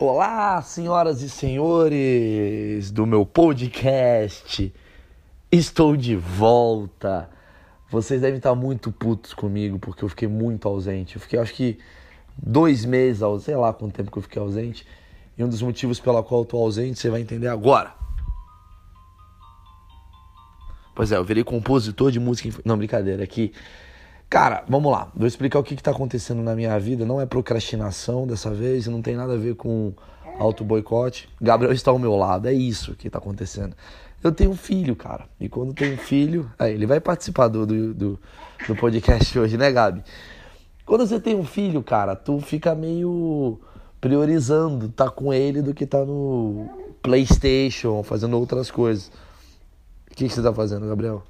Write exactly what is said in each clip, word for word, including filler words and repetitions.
Olá, senhoras e senhores do meu podcast. Estou de volta. Vocês devem estar muito putos comigo porque eu fiquei muito ausente. Eu fiquei, acho que, dois meses ausente, sei lá quanto tempo que eu fiquei ausente. E um dos motivos pela qual eu estou ausente, você vai entender agora. Pois é, eu virei compositor de música... Inf... Não, brincadeira, aqui... Cara, vamos lá, vou explicar o que está acontecendo na minha vida. Não é procrastinação dessa vez, não tem nada a ver com auto-boicote. Gabriel está ao meu lado, é isso que está acontecendo. Eu tenho um filho, cara, e quando tenho um filho... Aí, ele vai participar do, do, do, do podcast hoje, né, Gabi? Quando você tem um filho, cara, tu fica meio priorizando tá com ele do que tá no PlayStation, fazendo outras coisas. O que, que você tá fazendo, Gabriel?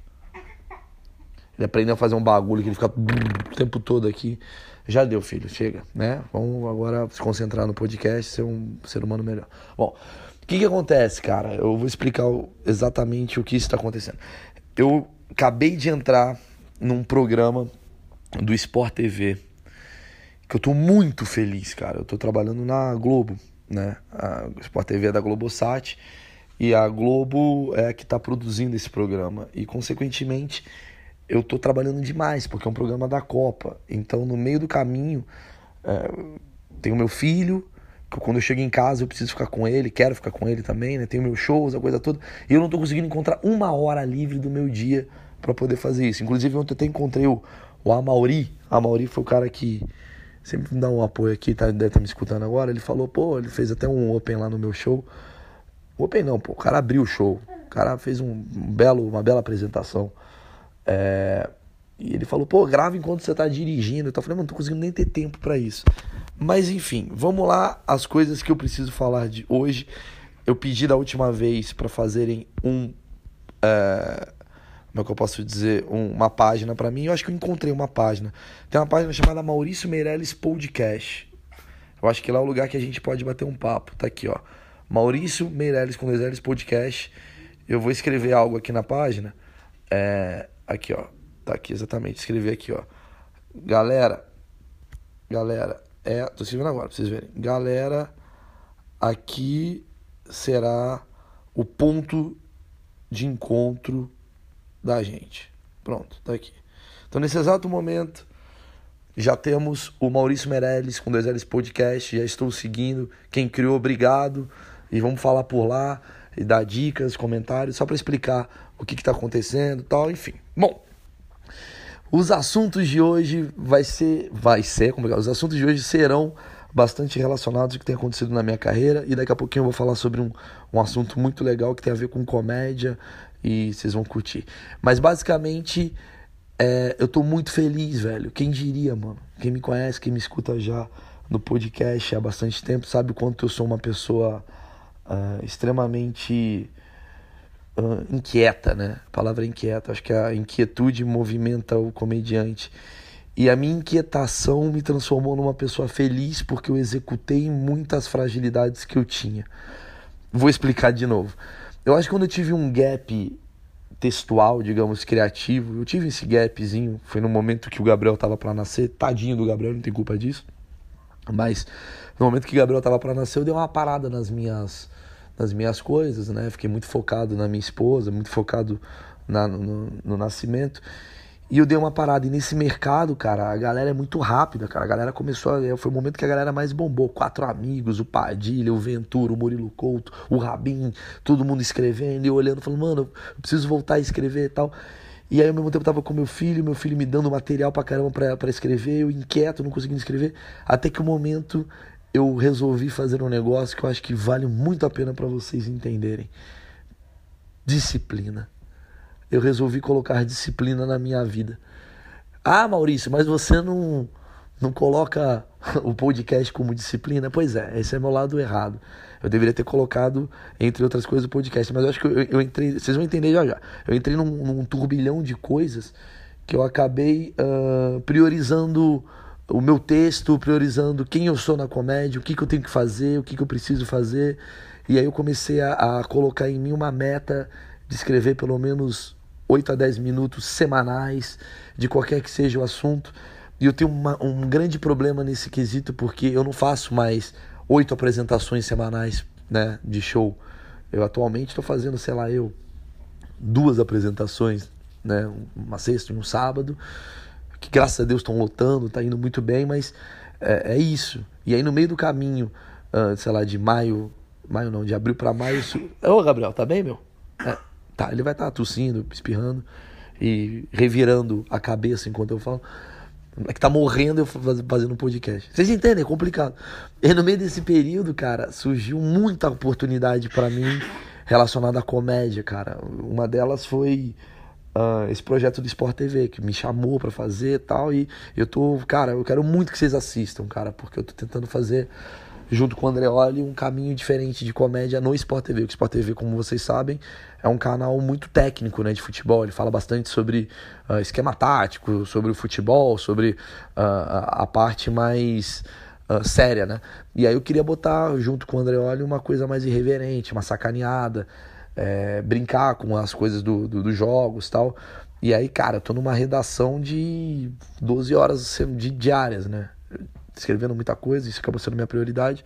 Ele aprendeu a fazer um bagulho que ele fica o tempo todo aqui. Já deu, filho, chega, né? Vamos agora se concentrar no podcast, ser um ser humano melhor. Bom, o que que acontece, cara? Eu vou explicar exatamente o que está acontecendo. Eu acabei de entrar num programa do Sport T V, que eu tô muito feliz, cara. Eu tô trabalhando na Globo, né? A Sport T V é da Globosat e a Globo é a que tá produzindo esse programa. E, consequentemente, eu tô trabalhando demais, porque é um programa da Copa. Então, no meio do caminho, é, tem o meu filho, que quando eu chego em casa eu preciso ficar com ele, quero ficar com ele também, né? Tenho meus shows, a coisa toda. E eu não tô conseguindo encontrar uma hora livre do meu dia para poder fazer isso. Inclusive, ontem eu até encontrei o, o Amauri. O Amauri foi o cara que sempre me dá um apoio aqui, tá, deve estar me escutando agora. Ele falou, pô, ele fez até um open lá no meu show. Open não, pô, o cara abriu o show. O cara fez um, um belo, uma bela apresentação. É, e ele falou, pô, grava enquanto você tá dirigindo. Eu falei, mano, não tô conseguindo nem ter tempo pra isso. Mas enfim, vamos lá, as coisas que eu preciso falar de hoje. Eu pedi da última vez pra fazerem um, é, como é que eu posso dizer, um, uma página pra mim. Eu acho que eu encontrei uma página. Tem uma página chamada Maurício Meirelles Podcast. Eu acho que lá é o lugar que a gente pode bater um papo. Tá aqui, ó, Maurício Meirelles com dois L's Podcast. Eu vou escrever algo aqui na página. É... Aqui, ó. Tá aqui, exatamente. Escrevi aqui, ó. Galera. Galera. É... Tô escrevendo agora, pra vocês verem. Galera, aqui será o ponto de encontro da gente. Pronto, tá aqui. Então, nesse exato momento, já temos o Maurício Meirelles com dois L's Podcast. Já estou seguindo. Quem criou, obrigado. E vamos falar por lá e dar dicas, comentários, só para explicar o que está acontecendo e tal, enfim. Bom, os assuntos de hoje vai ser, vai ser, como é que é? Os assuntos de hoje serão bastante relacionados ao que tem acontecido na minha carreira e daqui a pouquinho eu vou falar sobre um, um assunto muito legal que tem a ver com comédia e vocês vão curtir. Mas basicamente, é, eu tô muito feliz, velho. Quem diria, mano? Quem me conhece, quem me escuta já no podcast há bastante tempo, sabe o quanto eu sou uma pessoa Uh, extremamente uh, inquieta, né? A palavra é inquieta. Acho que a inquietude movimenta o comediante. E a minha inquietação me transformou numa pessoa feliz porque eu executei muitas fragilidades que eu tinha. Vou explicar de novo. Eu acho que quando eu tive um gap textual, digamos, criativo, eu tive esse gapzinho, foi no momento que o Gabriel tava para nascer. Tadinho do Gabriel, não tem culpa disso. Mas no momento que o Gabriel tava para nascer, eu dei uma parada nas minhas, nas minhas coisas, né? Fiquei muito focado na minha esposa, muito focado na, no, no nascimento. E eu dei uma parada. E nesse mercado, cara, a galera é muito rápida, cara. A galera começou a... Foi o momento que a galera mais bombou. Quatro amigos, o Padilha, o Ventura, o Murilo Couto, o Rabin, todo mundo escrevendo. E eu olhando, falando, mano, eu preciso voltar a escrever e tal. E aí, ao mesmo tempo, eu tava com meu filho, meu filho me dando material pra caramba pra, pra escrever, eu inquieto, não conseguindo escrever, até que o momento eu resolvi fazer um negócio que eu acho que vale muito a pena pra vocês entenderem. Disciplina. Eu resolvi colocar disciplina na minha vida. Ah, Maurício, mas você não, não coloca o podcast como disciplina? Pois é, esse é meu lado errado. Eu deveria ter colocado, entre outras coisas, o podcast. Mas eu acho que eu, eu entrei... Vocês vão entender já já. Eu entrei num, num turbilhão de coisas que eu acabei uh, priorizando o meu texto, priorizando quem eu sou na comédia, o que, que eu tenho que fazer, o que, que eu preciso fazer. E aí eu comecei a, a colocar em mim uma meta de escrever pelo menos oito a dez minutos semanais, de qualquer que seja o assunto. E eu tenho uma, um grande problema nesse quesito, porque eu não faço mais oito apresentações semanais, né, de show. Eu atualmente estou fazendo, sei lá, eu, duas apresentações, né, uma sexta e um sábado, que graças a Deus estão lotando, tá indo muito bem, mas é, é isso. E aí no meio do caminho, uh, sei lá, de maio, maio não, de abril para maio... Isso... Ô, Gabriel, tá bem, meu? É, tá, ele vai estar tá tossindo, espirrando e revirando a cabeça enquanto eu falo. É que tá morrendo eu fazendo um podcast. Vocês entendem? É complicado. E no meio desse período, cara, surgiu muita oportunidade pra mim relacionada à comédia, cara. Uma delas foi uh, esse projeto do Sport T V, que me chamou pra fazer e tal. E eu tô, cara, eu quero muito que vocês assistam, cara, porque eu tô tentando fazer, junto com o Andreoli, um caminho diferente de comédia no Sport T V. O Sport T V, como vocês sabem, é um canal muito técnico, né, de futebol. Ele fala bastante sobre uh, esquema tático, sobre o futebol, sobre uh, a, a parte mais uh, séria, né? E aí eu queria botar, junto com o Andreoli, uma coisa mais irreverente, uma sacaneada, é, brincar com as coisas do, do, dos jogos e tal. E aí, cara, eu tô numa redação de doze horas de diárias, né? Escrevendo muita coisa, isso acabou sendo minha prioridade.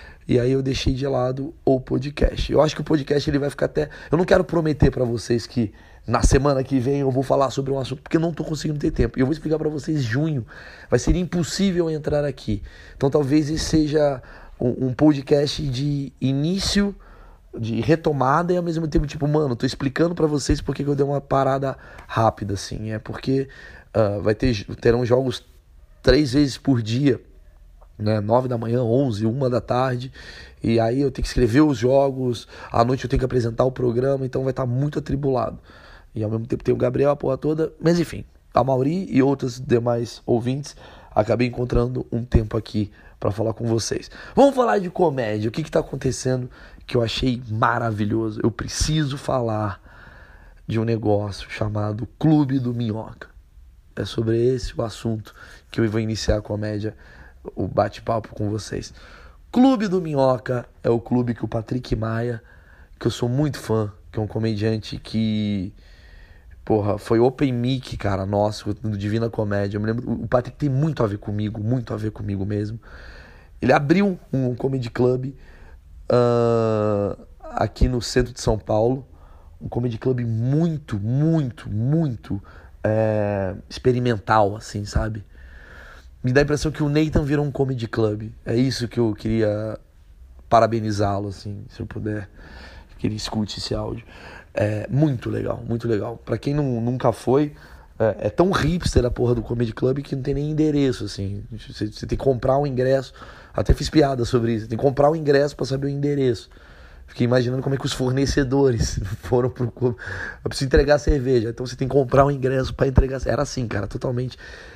E aí eu deixei de lado o podcast. Eu acho que o podcast ele vai ficar até... Eu não quero prometer pra vocês que na semana que vem eu vou falar sobre um assunto, porque eu não tô conseguindo ter tempo. E eu vou explicar pra vocês, junho vai ser impossível entrar aqui. Então talvez esse seja um, um podcast de início, de retomada, e ao mesmo tempo, tipo, mano, tô explicando pra vocês porque que eu dei uma parada rápida, assim. É porque uh, vai ter, terão jogos três vezes por dia, né, nove da manhã, onze, uma da tarde, e aí eu tenho que escrever os jogos, à noite eu tenho que apresentar o programa, então vai estar muito atribulado. E ao mesmo tempo tem o Gabriel, a porra toda, mas enfim, a Mauri e outros demais ouvintes, acabei encontrando um tempo aqui para falar com vocês. Vamos falar de comédia, o que que tá acontecendo que eu achei maravilhoso. Eu preciso falar de um negócio chamado Clube do Minhoca. É sobre esse o assunto que eu vou iniciar a comédia, o bate-papo com vocês. Clube do Minhoca é o clube que o Patrick Maia, que eu sou muito fã, que é um comediante que, porra, foi open mic, cara, nosso, do Divina Comédia. Eu me lembro, o Patrick tem muito a ver comigo, muito a ver comigo mesmo. Ele abriu um comedy club uh, aqui no centro de São Paulo, um comedy club muito, muito, muito é, experimental, assim, sabe? Me dá a impressão que o Nathan virou um comedy club. É isso que eu queria parabenizá-lo, assim, se eu puder, que ele escute esse áudio. É muito legal, muito legal. Pra quem não, nunca foi, é, é tão hipster a porra do comedy club que não tem nem endereço, assim. Você, você tem que comprar um ingresso. Até fiz piada sobre isso. Tem que comprar o um ingresso pra saber o endereço. Fiquei imaginando como é que os fornecedores foram pro clube. Eu preciso entregar cerveja, então você tem que comprar um ingresso pra entregar. Era assim, cara, totalmente...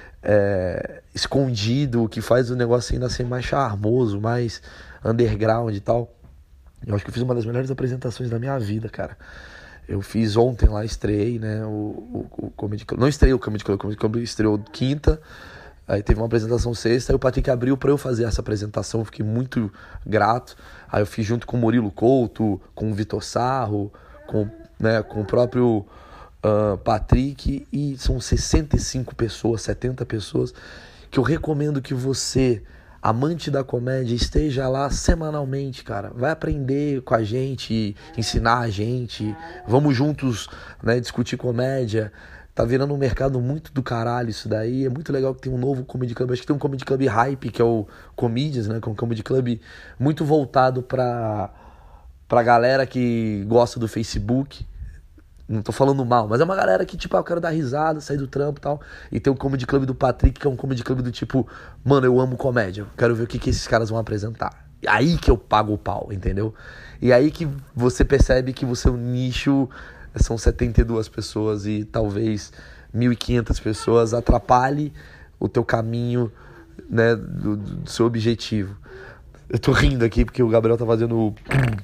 É, escondido, o que faz o negócio ainda ser mais charmoso, mais underground e tal. Eu acho que eu fiz uma das melhores apresentações da minha vida, cara. Eu fiz ontem lá, estreiei, né, o, o, o Comedy Club. Não estreiei o Comedy Club, o Comedy Club estreou quinta, aí teve uma apresentação sexta, aí o Patrick abriu pra eu fazer essa apresentação, eu fiquei muito grato. Aí eu fiz junto com o Murilo Couto, com o Vitor Sarro, com, né, com o próprio... Uh, Patrick, e são sessenta e cinco pessoas, setenta pessoas, que eu recomendo que você, amante da comédia, esteja lá semanalmente, cara. Vai aprender com a gente, ensinar a gente, vamos juntos, né, discutir comédia. Tá virando um mercado muito do caralho isso daí. É muito legal que tem um novo comedy club. Acho que tem um comedy club hype, que é o Comedians, né, que é um comedy club muito voltado pra, pra galera que gosta do Facebook. Não tô falando mal, mas é uma galera que, tipo, ah, eu quero dar risada, sair do trampo e tal. E tem o comedy club do Patrick, que é um comedy club do tipo, mano, eu amo comédia, quero ver o que, que esses caras vão apresentar. E aí que eu pago o pau, entendeu? E aí que você percebe que o seu nicho são setenta e duas pessoas e talvez mil e quinhentas pessoas, atrapalhe o teu caminho, né, do, do seu objetivo. Eu tô rindo aqui porque o Gabriel tá fazendo...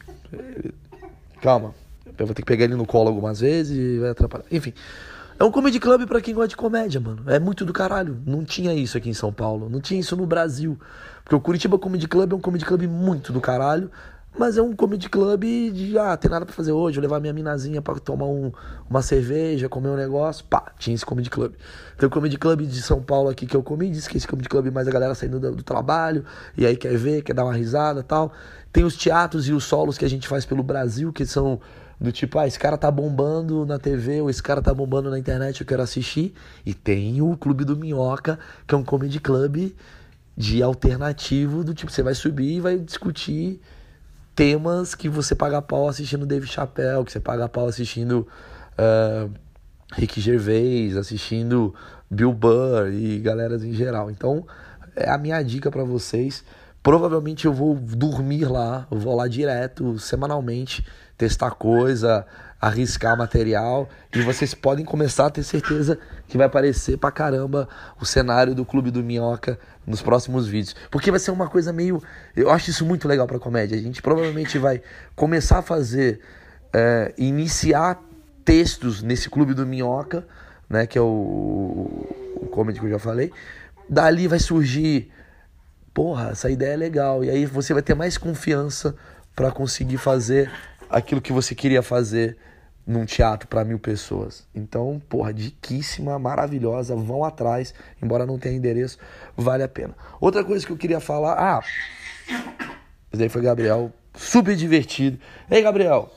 Calma. Eu vou ter que pegar ele no colo algumas vezes e vai atrapalhar. Enfim, é um comedy club pra quem gosta de comédia, mano. É muito do caralho. Não tinha isso aqui em São Paulo. Não tinha isso no Brasil. Porque o Curitiba Comedy Club é um comedy club muito do caralho. Mas é um comedy club de, ah, tem nada pra fazer hoje, vou levar minha minazinha pra tomar um, uma cerveja, comer um negócio. Pá, tinha esse comedy club. Tem o comedy club de São Paulo aqui que eu comi, disse que esse comedy club é mais a galera saindo do, do trabalho, e aí quer ver, quer dar uma risada e tal. Tem os teatros e os solos que a gente faz pelo Brasil, que são do tipo, ah, esse cara tá bombando na T V, ou esse cara tá bombando na internet, eu quero assistir. E tem o Clube do Minhoca, que é um comedy club de alternativo, do tipo, você vai subir e vai discutir temas que você paga pau assistindo Dave Chappelle, que você paga pau assistindo uh, Ricky Gervais, assistindo Bill Burr e galeras em geral. Então, é a minha dica pra vocês. Provavelmente eu vou dormir lá, eu vou lá direto, semanalmente, testar coisa, arriscar material, e vocês podem começar a ter certeza que vai aparecer pra caramba o cenário do Clube do Minhoca nos próximos vídeos. Porque vai ser uma coisa meio... Eu acho isso muito legal pra comédia. A gente provavelmente vai começar a fazer, é, iniciar textos nesse Clube do Minhoca, né, que é o, o comedy que eu já falei. Dali vai surgir... Porra, essa ideia é legal. E aí você vai ter mais confiança pra conseguir fazer aquilo que você queria fazer num teatro para mil pessoas. Então, porra, diquíssima, maravilhosa, vão atrás, embora não tenha endereço, vale a pena. Outra coisa que eu queria falar, ah, esse daí foi Gabriel, super divertido. Ei, Gabriel!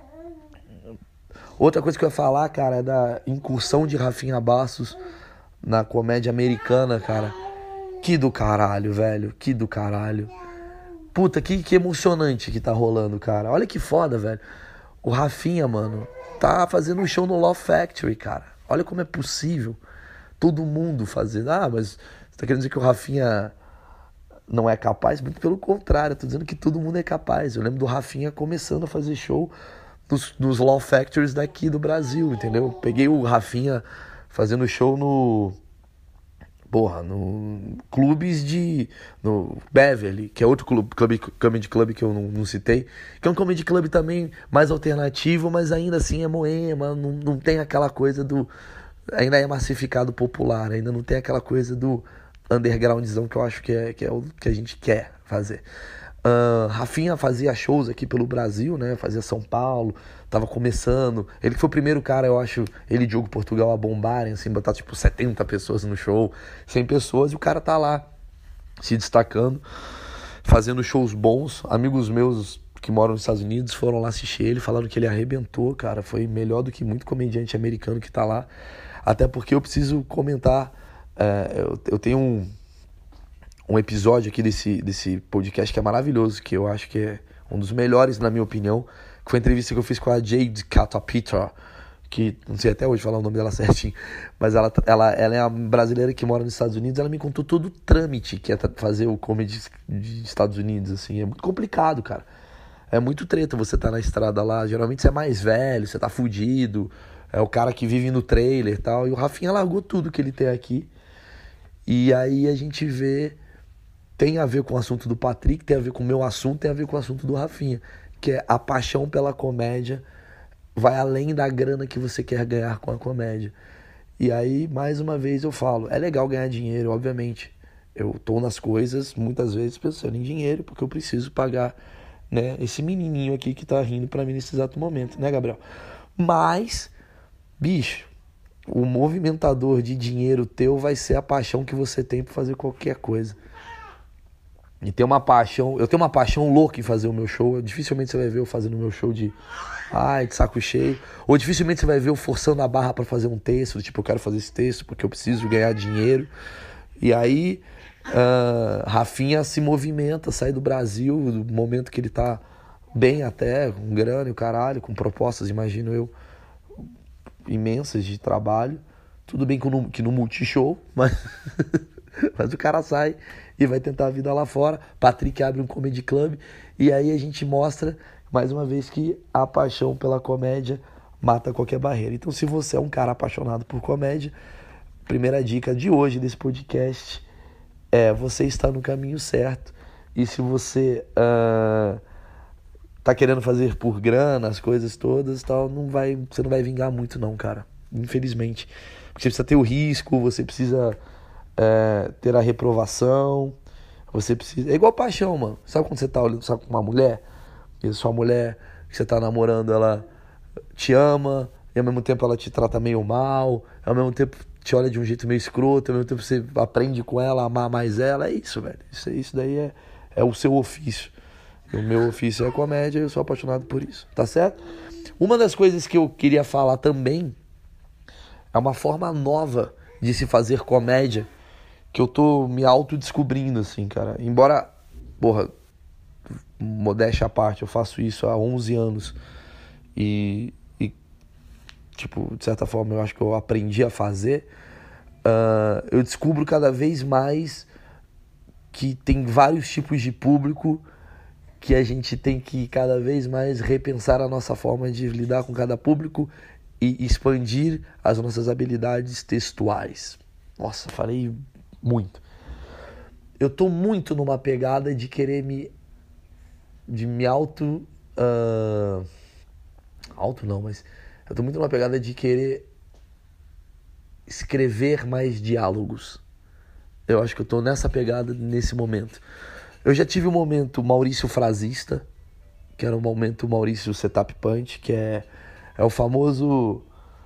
Outra coisa que eu ia falar, cara, é da incursão de Rafinha Bastos na comédia americana, cara. Que do caralho, velho, que do caralho. Puta, que, que emocionante que tá rolando, cara. Olha que foda, velho. O Rafinha, mano, tá fazendo um show no Laugh Factory, cara. Olha como é possível todo mundo fazendo. Ah, mas você tá querendo dizer que o Rafinha não é capaz? Muito pelo contrário, eu tô dizendo que todo mundo é capaz. Eu lembro do Rafinha começando a fazer show nos, nos Laugh Factories daqui do Brasil, entendeu? Peguei o Rafinha fazendo show no... Porra, no clubes de... No Beverly, que é outro clube, clube comedy club que eu não, não citei. Que é um comedy club também mais alternativo, mas ainda assim é moema, não, não tem aquela coisa do... Ainda é massificado popular, ainda não tem aquela coisa do undergroundzão que eu acho que é, que é o que a gente quer fazer. Uh, Rafinha fazia shows aqui pelo Brasil, né? Fazia São Paulo, tava começando. Ele foi o primeiro cara, eu acho, ele e Diogo Portugal a bombarem, assim, botar tipo setenta pessoas no show, cem pessoas, e o cara tá lá se destacando, fazendo shows bons. Amigos meus que moram nos Estados Unidos foram lá assistir ele, falaram que ele arrebentou, cara. Foi melhor do que muito comediante americano que tá lá. Até porque eu preciso comentar, é, eu, eu tenho um um episódio aqui desse, desse podcast que é maravilhoso, que eu acho que é um dos melhores, na minha opinião, que foi a entrevista que eu fiz com a Jade Catapitra, que não sei até hoje falar o nome dela certinho, mas ela, ela, ela é a brasileira que mora nos Estados Unidos. Ela me contou todo o trâmite que é fazer o comedy de Estados Unidos, assim, é muito complicado, cara. É muito treta você tá na estrada lá, geralmente você é mais velho, você tá fudido, é o cara que vive no trailer e tal, e o Rafinha largou tudo que ele tem aqui, e aí a gente vê... Tem a ver com o assunto do Patrick, tem a ver com o meu assunto, tem a ver com o assunto do Rafinha, que é a paixão pela comédia vai além da grana que você quer ganhar com a comédia. E aí, mais uma vez eu falo, é legal ganhar dinheiro, obviamente. Eu tô nas coisas, muitas vezes, pensando em dinheiro, porque eu preciso pagar, né, esse menininho aqui que tá rindo pra mim nesse exato momento, né, Gabriel? Mas, bicho, o movimentador de dinheiro teu vai ser a paixão que você tem por fazer qualquer coisa. E tem uma paixão, eu tenho uma paixão louca em fazer o meu show. Dificilmente você vai ver eu fazendo o meu show de ai, de saco cheio. Ou dificilmente você vai ver eu forçando a barra pra fazer um texto, tipo, eu quero fazer esse texto porque eu preciso ganhar dinheiro. E aí, uh, Rafinha se movimenta, sai do Brasil, do momento que ele tá bem até, com grana e o caralho, com propostas, imagino eu, imensas de trabalho. Tudo bem que no, que no multishow, mas, mas o cara sai e vai tentar a vida lá fora. Patrick abre um comedy club e aí a gente mostra mais uma vez que a paixão pela comédia mata qualquer barreira. Então, se você é um cara apaixonado por comédia, primeira dica de hoje desse podcast é: você está no caminho certo. E se você uh, tá querendo fazer por grana as coisas todas, tal, não vai, você não vai vingar muito não, cara, infelizmente, porque você precisa ter o risco, você precisa É, ter a reprovação, você precisa... É igual paixão, mano. Sabe quando você tá olhando, sabe, com uma mulher? E a sua mulher que você tá namorando, ela te ama, e ao mesmo tempo ela te trata meio mal, ao mesmo tempo te olha de um jeito meio escroto, ao mesmo tempo você aprende com ela a amar mais ela. É isso, velho. Isso, isso daí é, é o seu ofício. O meu ofício é a comédia e eu sou apaixonado por isso, tá certo? Uma das coisas que eu queria falar também é uma forma nova de se fazer comédia que eu tô me autodescobrindo, assim, cara. Embora, porra, modéstia à parte, eu faço isso há onze anos e, e tipo, de certa forma eu acho que eu aprendi a fazer, uh, eu descubro cada vez mais que tem vários tipos de público que a gente tem que cada vez mais repensar a nossa forma de lidar com cada público e expandir as nossas habilidades textuais. Nossa, falei muito. Eu tô muito numa pegada de querer me... de me auto... Uh, auto não, mas... eu tô muito numa pegada de querer escrever mais diálogos. Eu acho que eu tô nessa pegada nesse momento. Eu já tive um momento Maurício Frasista, que era um momento Maurício Setup Punch, que é, é o famoso...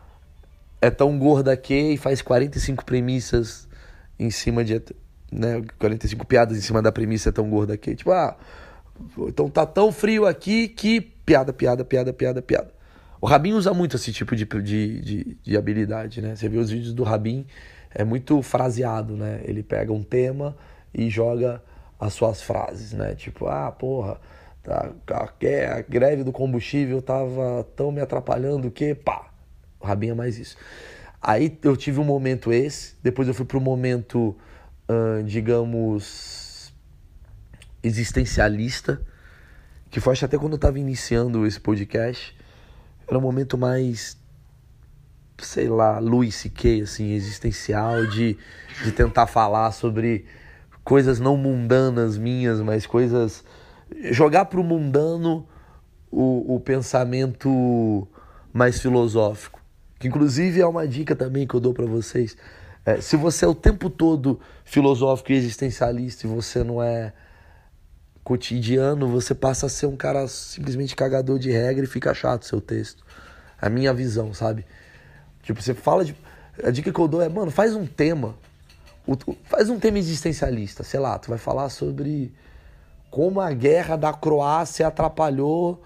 é tão gorda que e faz quarenta e cinco premissas em cima de... né, quarenta e cinco piadas em cima da premissa é tão gorda que. Tipo, ah, então tá tão frio aqui que piada, piada, piada, piada, piada. O Rabin usa muito esse tipo de, de, de, de habilidade, né? Você vê os vídeos do Rabin, é muito fraseado, né? Ele pega um tema e joga as suas frases, né? Tipo, ah, porra, tá, a, a greve do combustível tava tão me atrapalhando que, pá, o Rabin é mais isso. Aí eu tive um momento esse, depois eu fui pro momento, uh, digamos, existencialista, que foi acho até quando eu tava iniciando esse podcast, era um momento mais, sei lá, Louis C K, assim, existencial, de, de tentar falar sobre coisas não mundanas minhas, mas coisas... jogar pro mundano o, o pensamento mais filosófico. Que inclusive é uma dica também que eu dou pra vocês. É, se você é o tempo todo filosófico e existencialista e você não é cotidiano, você passa a ser um cara simplesmente cagador de regra e fica chato o seu texto. A minha visão, sabe? Tipo, você fala de... a dica que eu dou é, mano, faz um tema. Faz um tema existencialista. Sei lá, tu vai falar sobre como a guerra da Croácia atrapalhou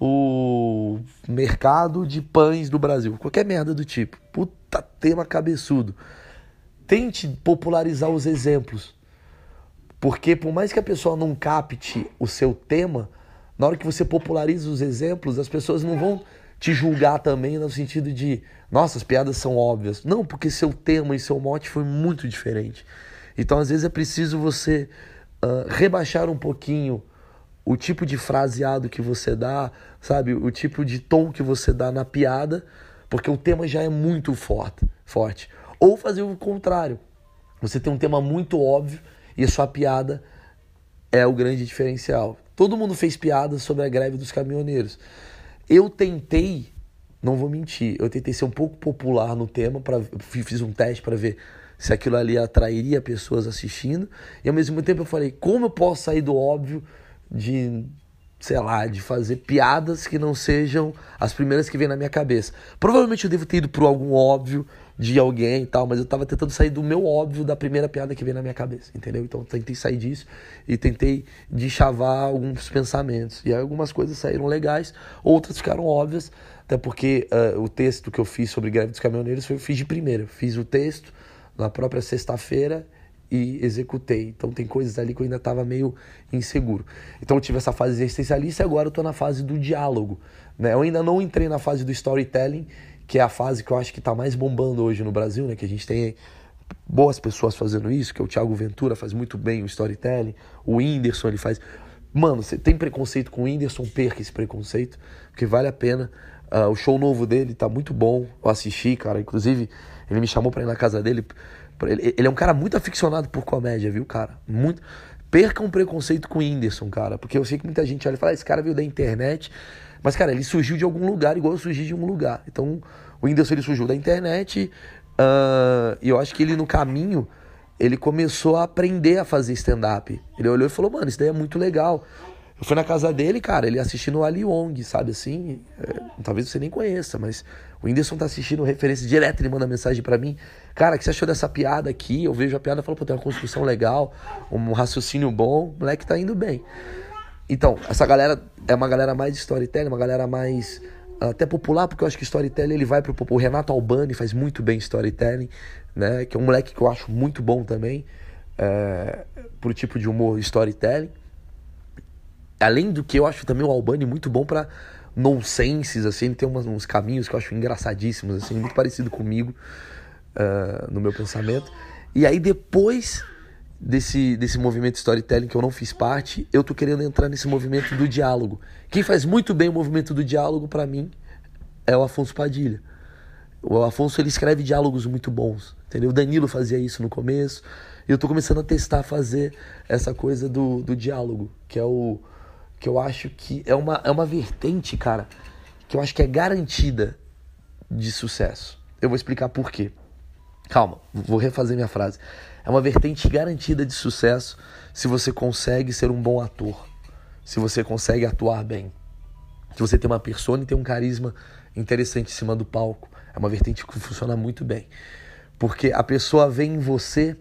o mercado de pães do Brasil. Qualquer merda do tipo. Puta tema cabeçudo. Tente popularizar os exemplos. Porque por mais que a pessoa não capte o seu tema, na hora que você populariza os exemplos, as pessoas não vão te julgar também no sentido de, nossa, as piadas são óbvias. Não, porque seu tema e seu mote foi muito diferente. Então, às vezes, é preciso você uh, rebaixar um pouquinho o tipo de fraseado que você dá, sabe? O tipo de tom que você dá na piada, porque o tema já é muito forte. forte. Ou fazer o contrário. Você tem um tema muito óbvio e a sua piada é o grande diferencial. Todo mundo fez piadas sobre a greve dos caminhoneiros. Eu tentei, não vou mentir, eu tentei ser um pouco popular no tema, pra, fiz um teste para ver se aquilo ali atrairia pessoas assistindo, e ao mesmo tempo eu falei, como eu posso sair do óbvio de, sei lá, de fazer piadas que não sejam as primeiras que vêm na minha cabeça. Provavelmente eu devo ter ido por algum óbvio de alguém e tal, mas eu tava tentando sair do meu óbvio da primeira piada que veio na minha cabeça, entendeu? Então eu tentei sair disso e tentei deschavar alguns pensamentos. E aí algumas coisas saíram legais, outras ficaram óbvias, até porque uh, o texto que eu fiz sobre greve dos caminhoneiros foi, eu fiz de primeira. Fiz o texto na própria sexta-feira e executei. Então tem coisas ali que eu ainda estava meio inseguro. Então eu tive essa fase existencialista e agora eu tô na fase do diálogo, né? Eu ainda não entrei na fase do storytelling, que é a fase que eu acho que está mais bombando hoje no Brasil, né? Que a gente tem boas pessoas fazendo isso, que é o Thiago Ventura faz muito bem o storytelling, o Whindersson, ele faz... Mano, você tem preconceito com o Whindersson, perca esse preconceito, porque vale a pena. Uh, o show novo dele tá muito bom, eu assisti, cara, inclusive ele me chamou pra ir na casa dele. Ele, ele é um cara muito aficionado por comédia, viu, cara? Muito... Perca um preconceito com o Whindersson, cara, porque eu sei que muita gente olha e fala, ah, esse cara veio da internet... Mas, cara, ele surgiu de algum lugar, igual eu surgi de um lugar. Então, o Whindersson, ele surgiu da internet, uh, e eu acho que ele, no caminho, ele começou a aprender a fazer stand-up. Ele olhou e falou, mano, isso daí é muito legal. Eu fui na casa dele, cara, ele assistindo o Ali Wong, sabe assim? É, talvez você nem conheça, mas o Whindersson tá assistindo referência direta, ele manda mensagem pra mim. Cara, o que você achou dessa piada aqui? Eu vejo a piada e falo, pô, tem uma construção legal, um raciocínio bom, o moleque tá indo bem. Então, essa galera é uma galera mais de storytelling, uma galera mais até popular, porque eu acho que storytelling ele vai pro popular. O Renato Albani faz muito bem storytelling, né? Que é um moleque que eu acho muito bom também, é, pro tipo de humor storytelling. Além do que eu acho também o Albani muito bom pra nonsenses, assim, ele tem umas, uns caminhos que eu acho engraçadíssimos, assim, muito parecido comigo uh, no meu pensamento. E aí depois desse, desse movimento storytelling que eu não fiz parte, eu tô querendo entrar nesse movimento do diálogo. Quem faz muito bem o movimento do diálogo pra mim é o Afonso Padilha. O Afonso, ele escreve diálogos muito bons, entendeu? O Danilo fazia isso no começo, e eu tô começando a testar fazer essa coisa do, do diálogo, que é o que eu acho que é uma, é uma vertente, cara, que eu acho que é garantida de sucesso. Eu vou explicar por quê. Calma, vou refazer minha frase. É uma vertente garantida de sucesso se você consegue ser um bom ator, se você consegue atuar bem, se você tem uma persona e tem um carisma interessante em cima do palco. É uma vertente que funciona muito bem, porque a pessoa vê em você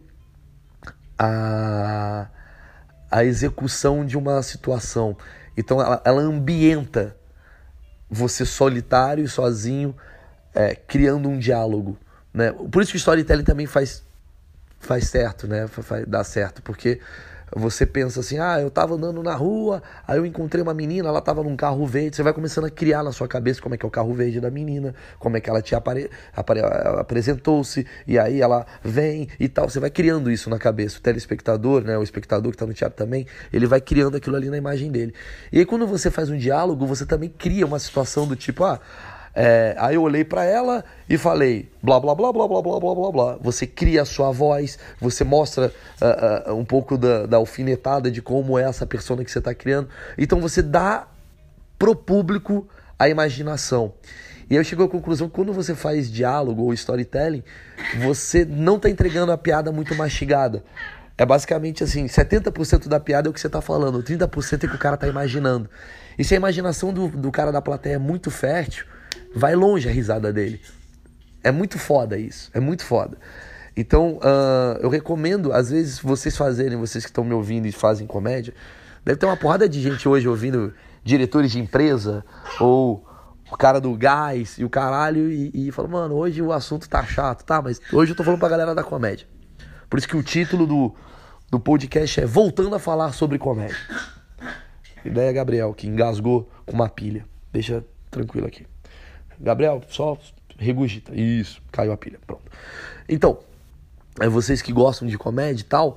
a... a execução de uma situação. Então ela, ela ambienta você solitário e sozinho, é, criando um diálogo, né? Por isso que o storytelling também faz, faz certo, né? Faz, dá certo, porque você pensa assim, ah, eu tava andando na rua, aí eu encontrei uma menina, ela tava num carro verde, você vai começando a criar na sua cabeça como é que é o carro verde da menina, como é que ela te apare... Apare... apresentou-se, e aí ela vem e tal, você vai criando isso na cabeça, o telespectador, né, o espectador que tá no teatro também, ele vai criando aquilo ali na imagem dele. E aí quando você faz um diálogo, você também cria uma situação do tipo, ah, É, aí eu olhei pra ela e falei blá blá blá blá blá blá blá blá blá. Você cria a sua voz, você mostra uh, uh, um pouco da, da alfinetada de como é essa persona que você está criando. Então você dá pro público a imaginação. E eu chego à conclusão que quando você faz diálogo ou storytelling, você não está entregando a piada muito mastigada. É basicamente assim, setenta por cento da piada é o que você está falando, trinta por cento é o que o cara está imaginando. E se a imaginação do, do cara da plateia é muito fértil, vai longe a risada dele. É muito foda isso, é muito foda. Então, uh, eu recomendo, às vezes, vocês fazerem, vocês que estão me ouvindo e fazem comédia, deve ter uma porrada de gente hoje ouvindo diretores de empresa, ou o cara do gás e o caralho, e, e fala, mano, hoje o assunto tá chato, tá, mas hoje eu tô falando pra galera da comédia. Por isso que o título do, do podcast é Voltando a Falar sobre Comédia. Ideia é Gabriel, que engasgou com uma pilha. Deixa tranquilo aqui. Gabriel, só regurgita. Isso, caiu a pilha, pronto. Então, é vocês que gostam de comédia e tal,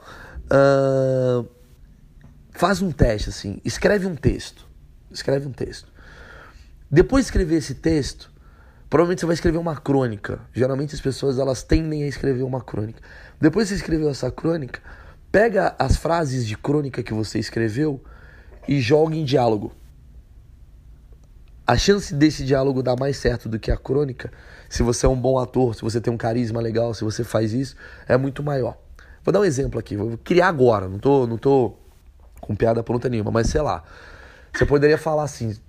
uh, faz um teste, assim, escreve um texto. Escreve um texto. Depois de escrever esse texto, provavelmente você vai escrever uma crônica. Geralmente as pessoas, elas tendem a escrever uma crônica. Depois que você escreveu essa crônica, pega as frases de crônica que você escreveu e joga em diálogo. A chance desse diálogo dar mais certo do que a crônica, se você é um bom ator, se você tem um carisma legal, se você faz isso, é muito maior. Vou dar um exemplo aqui, vou criar agora, não tô, não tô com piada pronta nenhuma, mas sei lá. Você poderia falar assim...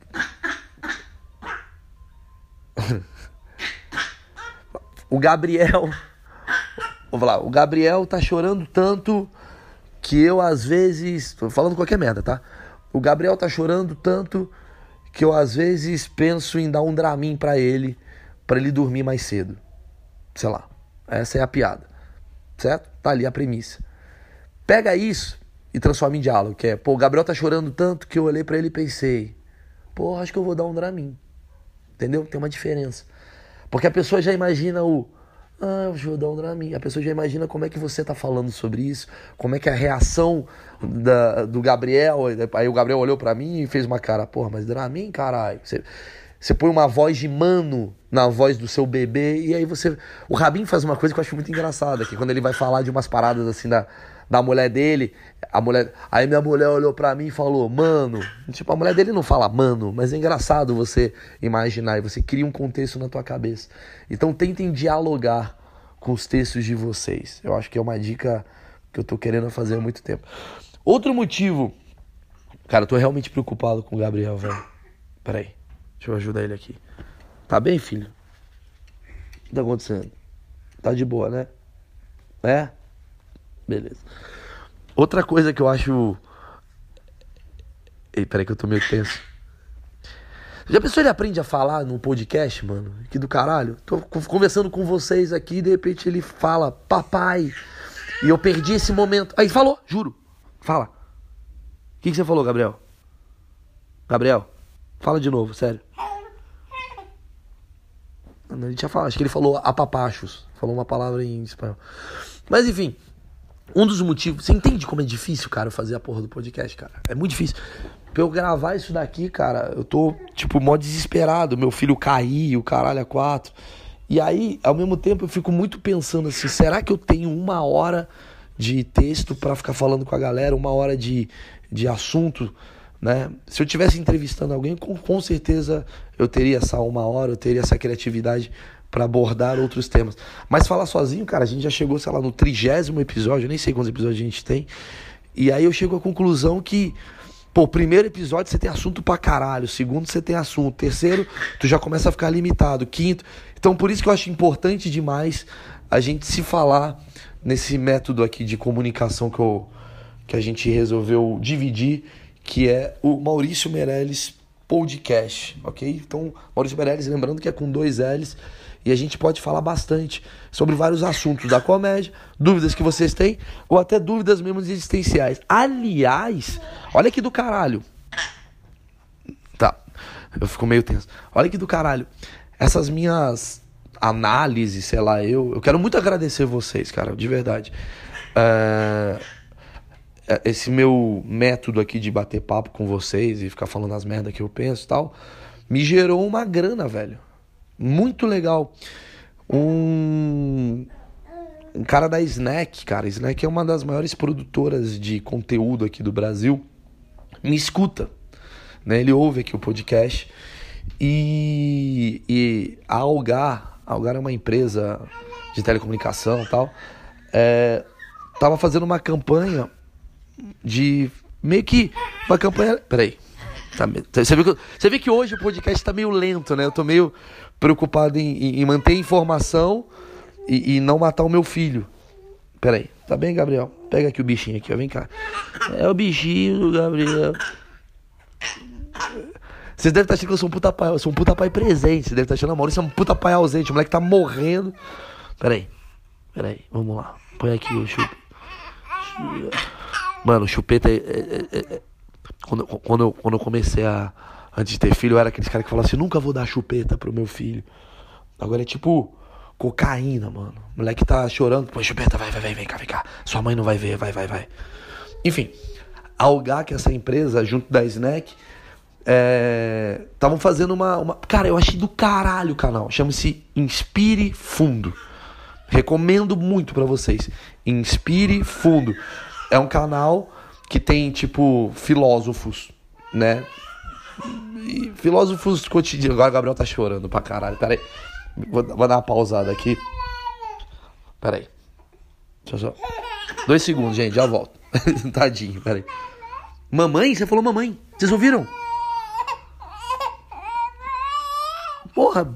o Gabriel... Vou falar, o Gabriel tá chorando tanto que eu às vezes... Tô falando qualquer merda, tá? O Gabriel tá chorando tanto... que eu às vezes penso em dar um Dramin pra ele, pra ele dormir mais cedo. Sei lá, essa é a piada, certo? Tá ali a premissa. Pega isso e transforma em diálogo, que é, pô, o Gabriel tá chorando tanto que eu olhei pra ele e pensei, pô, acho que eu vou dar um Dramin. Entendeu? Tem uma diferença. Porque a pessoa já imagina o, ah, eu vou dar um Dramin. A pessoa já imagina como é que você tá falando sobre isso, como é que é a reação da, do Gabriel. Aí o Gabriel olhou pra mim e fez uma cara, porra, mas Dramin, caralho. Você, você põe uma voz de mano na voz do seu bebê e aí você... O Rabin faz uma coisa que eu acho muito engraçada, que quando ele vai falar de umas paradas assim da, da mulher dele, a mulher... Aí minha mulher olhou pra mim e falou, mano... Tipo, a mulher dele não fala mano, mas é engraçado você imaginar e você cria um contexto na tua cabeça. Então tentem dialogar com os textos de vocês. Eu acho que é uma dica que eu tô querendo fazer há muito tempo. Outro motivo Cara, eu tô realmente preocupado com o Gabriel, velho. Peraí, deixa eu ajudar ele aqui. Tá bem, filho? O que tá acontecendo? Tá de boa, né? É? Beleza. Outra coisa que eu acho... Ei, peraí que eu tô meio tenso. Já pensou ele aprende a falar no podcast, mano? Que do caralho. Tô conversando com vocês aqui e de repente ele fala, papai. E eu perdi esse momento. Aí, falou, juro. Fala. O que, que você falou, Gabriel? Gabriel, fala de novo, sério. Ele tinha falado, acho que ele falou apapachos. Falou uma palavra em espanhol. Mas enfim, um dos motivos... Você entende como é difícil, cara, eu fazer a porra do podcast, cara? É muito difícil. Pra eu gravar isso daqui, cara, eu tô, tipo, mó desesperado. Meu filho caiu, o caralho, a quatro. E aí, ao mesmo tempo, eu fico muito pensando assim, será que eu tenho uma hora de texto pra ficar falando com a galera? Uma hora de, de assunto, né? Se eu estivesse entrevistando alguém, com, com certeza eu teria essa uma hora, eu teria essa criatividade pra abordar outros temas. Mas falar sozinho, cara, a gente já chegou, sei lá, no trigésimo episódio, eu nem sei quantos episódios a gente tem. E aí eu chego à conclusão que... Pô, primeiro episódio você tem assunto pra caralho, segundo você tem assunto, terceiro tu já começa a ficar limitado, quinto... Então por isso que eu acho importante demais a gente se falar nesse método aqui de comunicação que, eu, que a gente resolveu dividir, que é o Maurício Meirelles Podcast, ok? Então, Maurício Meirelles, lembrando que é com dois L's, e a gente pode falar bastante sobre vários assuntos da comédia, dúvidas que vocês têm, ou até dúvidas mesmo existenciais. Aliás, olha que do caralho. Tá, eu fico meio tenso. Olha que do caralho. Essas minhas análises, sei lá, eu, eu quero muito agradecer vocês, cara, de verdade. É... Esse meu método aqui de bater papo com vocês e ficar falando as merdas que eu penso e tal, me gerou uma grana, velho. Muito legal. Um... um cara da Snack, cara. Snack é uma das maiores produtoras de conteúdo aqui do Brasil. Me escuta, né? Ele ouve aqui o podcast. E, e a Algar, a Algar é uma empresa de telecomunicação e tal, é, tava fazendo uma campanha de meio que uma campanha. Peraí. Tá, você, viu que, você vê que hoje o podcast tá meio lento, né? Eu tô meio preocupado em, em, em manter informação e, e não matar o meu filho. Peraí. Tá bem, Gabriel? Pega aqui o bichinho aqui, ó. Vem cá. É o bichinho do Gabriel. Vocês devem estar achando que eu sou um puta pai. Eu sou um puta pai presente. Vocês devem estar achando, a Maurício é um puta pai ausente. O moleque tá morrendo. Peraí. Peraí. Vamos lá. Põe aqui o chupeta. Mano, o chupeta é... é, é, é... Quando, quando, eu, quando eu comecei a... Antes de ter filho, eu era aqueles caras que falavam assim, nunca vou dar chupeta pro meu filho. Agora é tipo cocaína, mano. O moleque tá chorando. Pô, chupeta, vai, vai, vai, vem cá, vem cá. Sua mãe não vai ver, vai, vai, vai. Enfim. A Algar, que é essa empresa, junto da Snack... Estavam é, fazendo uma, uma... Cara, eu achei do caralho o canal. Chama-se Inspire Fundo. Recomendo muito pra vocês. Inspire Fundo. É um canal que tem, tipo, filósofos, né? E filósofos cotidianos. Agora o Gabriel tá chorando pra caralho. Pera aí. Vou, vou dar uma pausada aqui. Pera aí. Deixa eu só... Dois segundos, gente. Já volto. Tadinho, pera aí. Mamãe? Você falou mamãe. Vocês ouviram? Porra.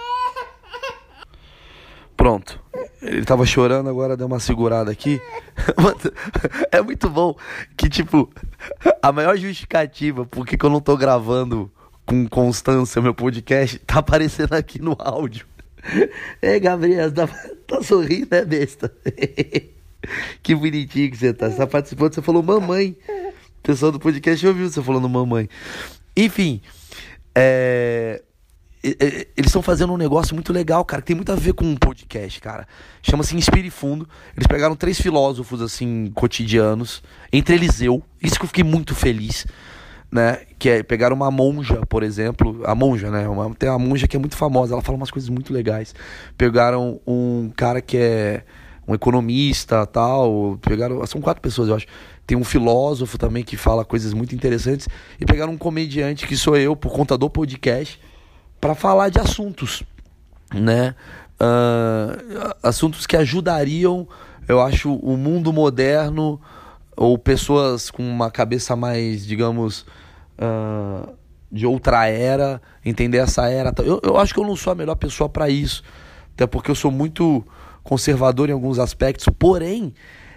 Pronto. Ele tava chorando, agora deu uma segurada aqui. É muito bom que, tipo, a maior justificativa por que eu não tô gravando com constância meu podcast tá aparecendo aqui no áudio. É, Gabriel, tá, tá sorrindo, né, besta? Que bonitinho que você tá. Você tá participando, você falou mamãe. O pessoal do podcast ouviu você falando mamãe. Enfim, é... eles estão fazendo um negócio muito legal, cara, que tem muito a ver com um podcast, cara. Chama-se Inspire Fundo. Eles pegaram três filósofos, assim, cotidianos, entre eles eu. Isso que eu fiquei muito feliz, né? Que é, pegaram uma monja, por exemplo. A monja, né? Uma, tem uma monja que é muito famosa, ela fala umas coisas muito legais. Pegaram um cara que é um economista, tal. Pegaram, são quatro pessoas, eu acho. Tem um filósofo também que fala coisas muito interessantes. E pegaram um comediante, que sou eu, por conta do podcast, para falar de assuntos, né? Uh, assuntos que ajudariam, eu acho, o mundo moderno ou pessoas com uma cabeça mais, digamos, uh, de outra era, entender essa era. Eu, eu acho que eu não sou a melhor pessoa para isso, até porque eu sou muito conservador em alguns aspectos, porém,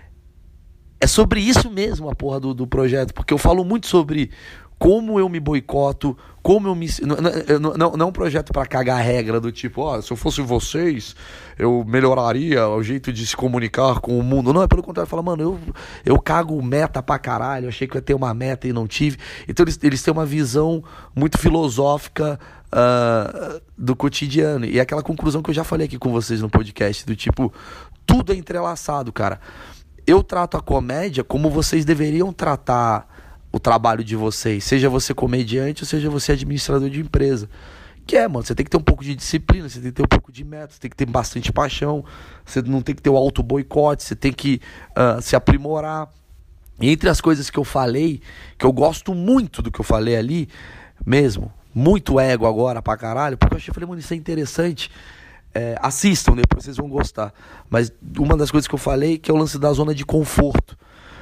é sobre isso mesmo a porra do, do projeto, porque eu falo muito sobre como eu me boicoto, como eu me... Não, não, não, não é um projeto para cagar a regra do tipo, ó, oh, se eu fosse vocês, eu melhoraria o jeito de se comunicar com o mundo. Não, é pelo contrário, fala, mano, eu, eu cago meta pra caralho, eu achei que eu ia ter uma meta e não tive. Então eles, eles têm uma visão muito filosófica uh, do cotidiano. E é aquela conclusão que eu já falei aqui com vocês no podcast, do tipo, tudo é entrelaçado, cara. Eu trato a comédia como vocês deveriam tratar o trabalho de vocês, seja você comediante ou seja você administrador de empresa. Que é, mano, você tem que ter um pouco de disciplina, você tem que ter um pouco de meta, você tem que ter bastante paixão, você não tem que ter o auto-boicote, você tem que uh, se aprimorar. E entre as coisas que eu falei, que eu gosto muito do que eu falei ali, mesmo, muito ego agora pra caralho, porque eu achei, falei, mano, isso é interessante. É, assistam, depois vocês vão gostar. Mas uma das coisas que eu falei, que é o lance da zona de conforto.